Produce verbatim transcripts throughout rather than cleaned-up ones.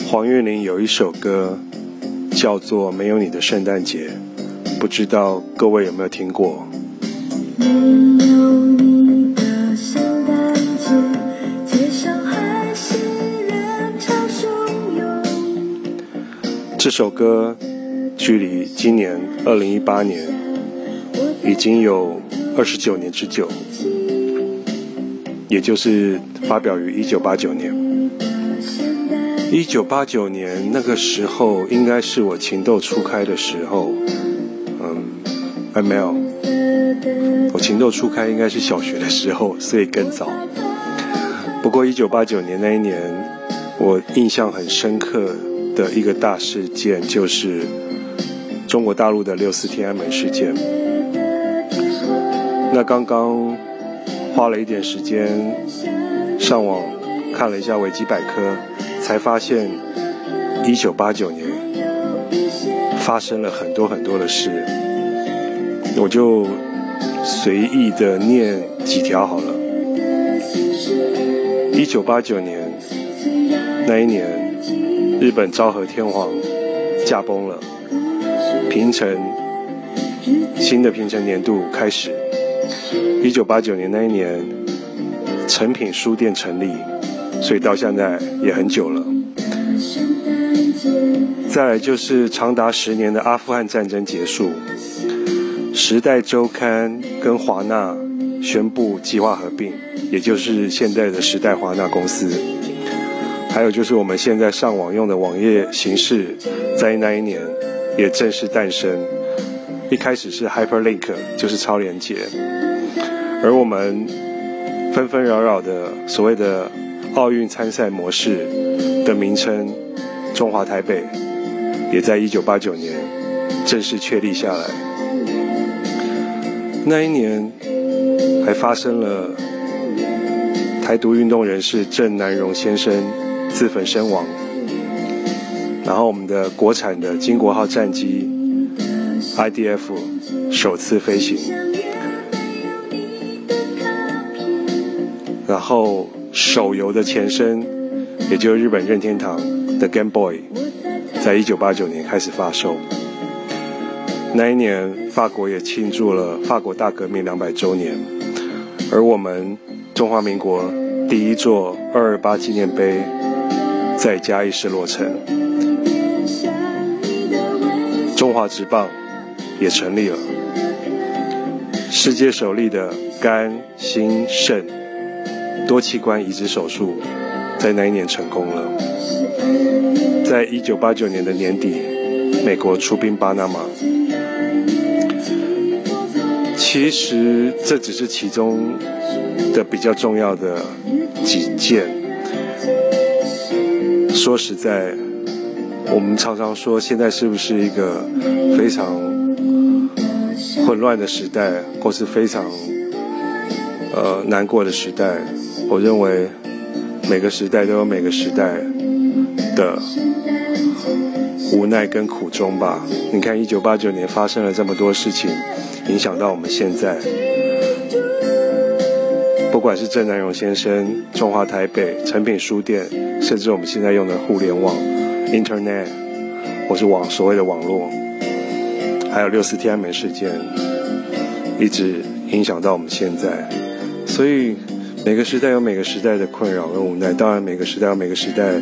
黄韵玲有一首歌叫做《没有你的圣诞节》，不知道各位有没有听过？ 没有你的圣诞节，街上还是人潮汹涌。 这首歌距离今年二零一八年已经有二十九年之久，也就是发表于一九八九年。一九八九年那个时候应该是我情窦初开的时候，嗯，哎没有，我情窦初开应该是小学的时候，所以更早。不过一九八九年那一年，我印象很深刻的一个大事件就是中国大陆的六四天安门事件。那刚刚花了一点时间上网看了一下维基百科，才发现一九八九年发生了很多很多的事，我就随意的念几条好了。一九八九年那一年，日本昭和天皇驾崩了，平成新的平成年度开始。一九八九年那一年，诚品书店成立，所以到现在也很久了。再来就是长达十年的阿富汗战争结束，时代周刊跟华纳宣布计划合并，也就是现在的时代华纳公司。还有就是我们现在上网用的网页形式，在那一年也正式诞生。一开始是 Hyperlink， 就是超连结，而我们纷纷扰扰的所谓的奥运参赛模式的名称中华台北，也在一九八九年正式确立下来。那一年还发生了台独运动人士郑南榕先生自焚身亡，然后我们的国产的经国号战机 I D F 首次飞行，然后手游的前身，也就是日本任天堂的 Game Boy， 在一九八九年开始发售。那一年法国也庆祝了法国大革命两百周年，而我们中华民国第一座二二八纪念碑在嘉义市落成，中华职棒也成立了，世界首例的肝、心、肾多器官移植手术在那一年成功了。在一九八九年的年底，美国出兵巴拿马。其实这只是其中的比较重要的几件。说实在，我们常常说现在是不是一个非常混乱的时代，或是非常呃难过的时代？我认为每个时代都有每个时代的无奈跟苦衷吧。你看一九八九年发生了这么多事情，影响到我们现在，不管是郑南榕先生、中华台北、诚品书店，甚至我们现在用的互联网 Internet 或是网所谓的网络，还有六四天安门事件，一直影响到我们现在。所以每个时代有每个时代的困扰跟无奈，当然每个时代有每个时代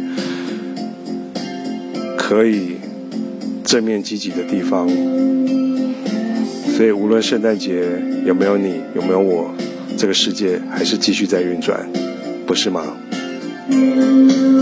可以正面积极的地方。所以无论圣诞节有没有你，有没有我，这个世界还是继续在运转，不是吗？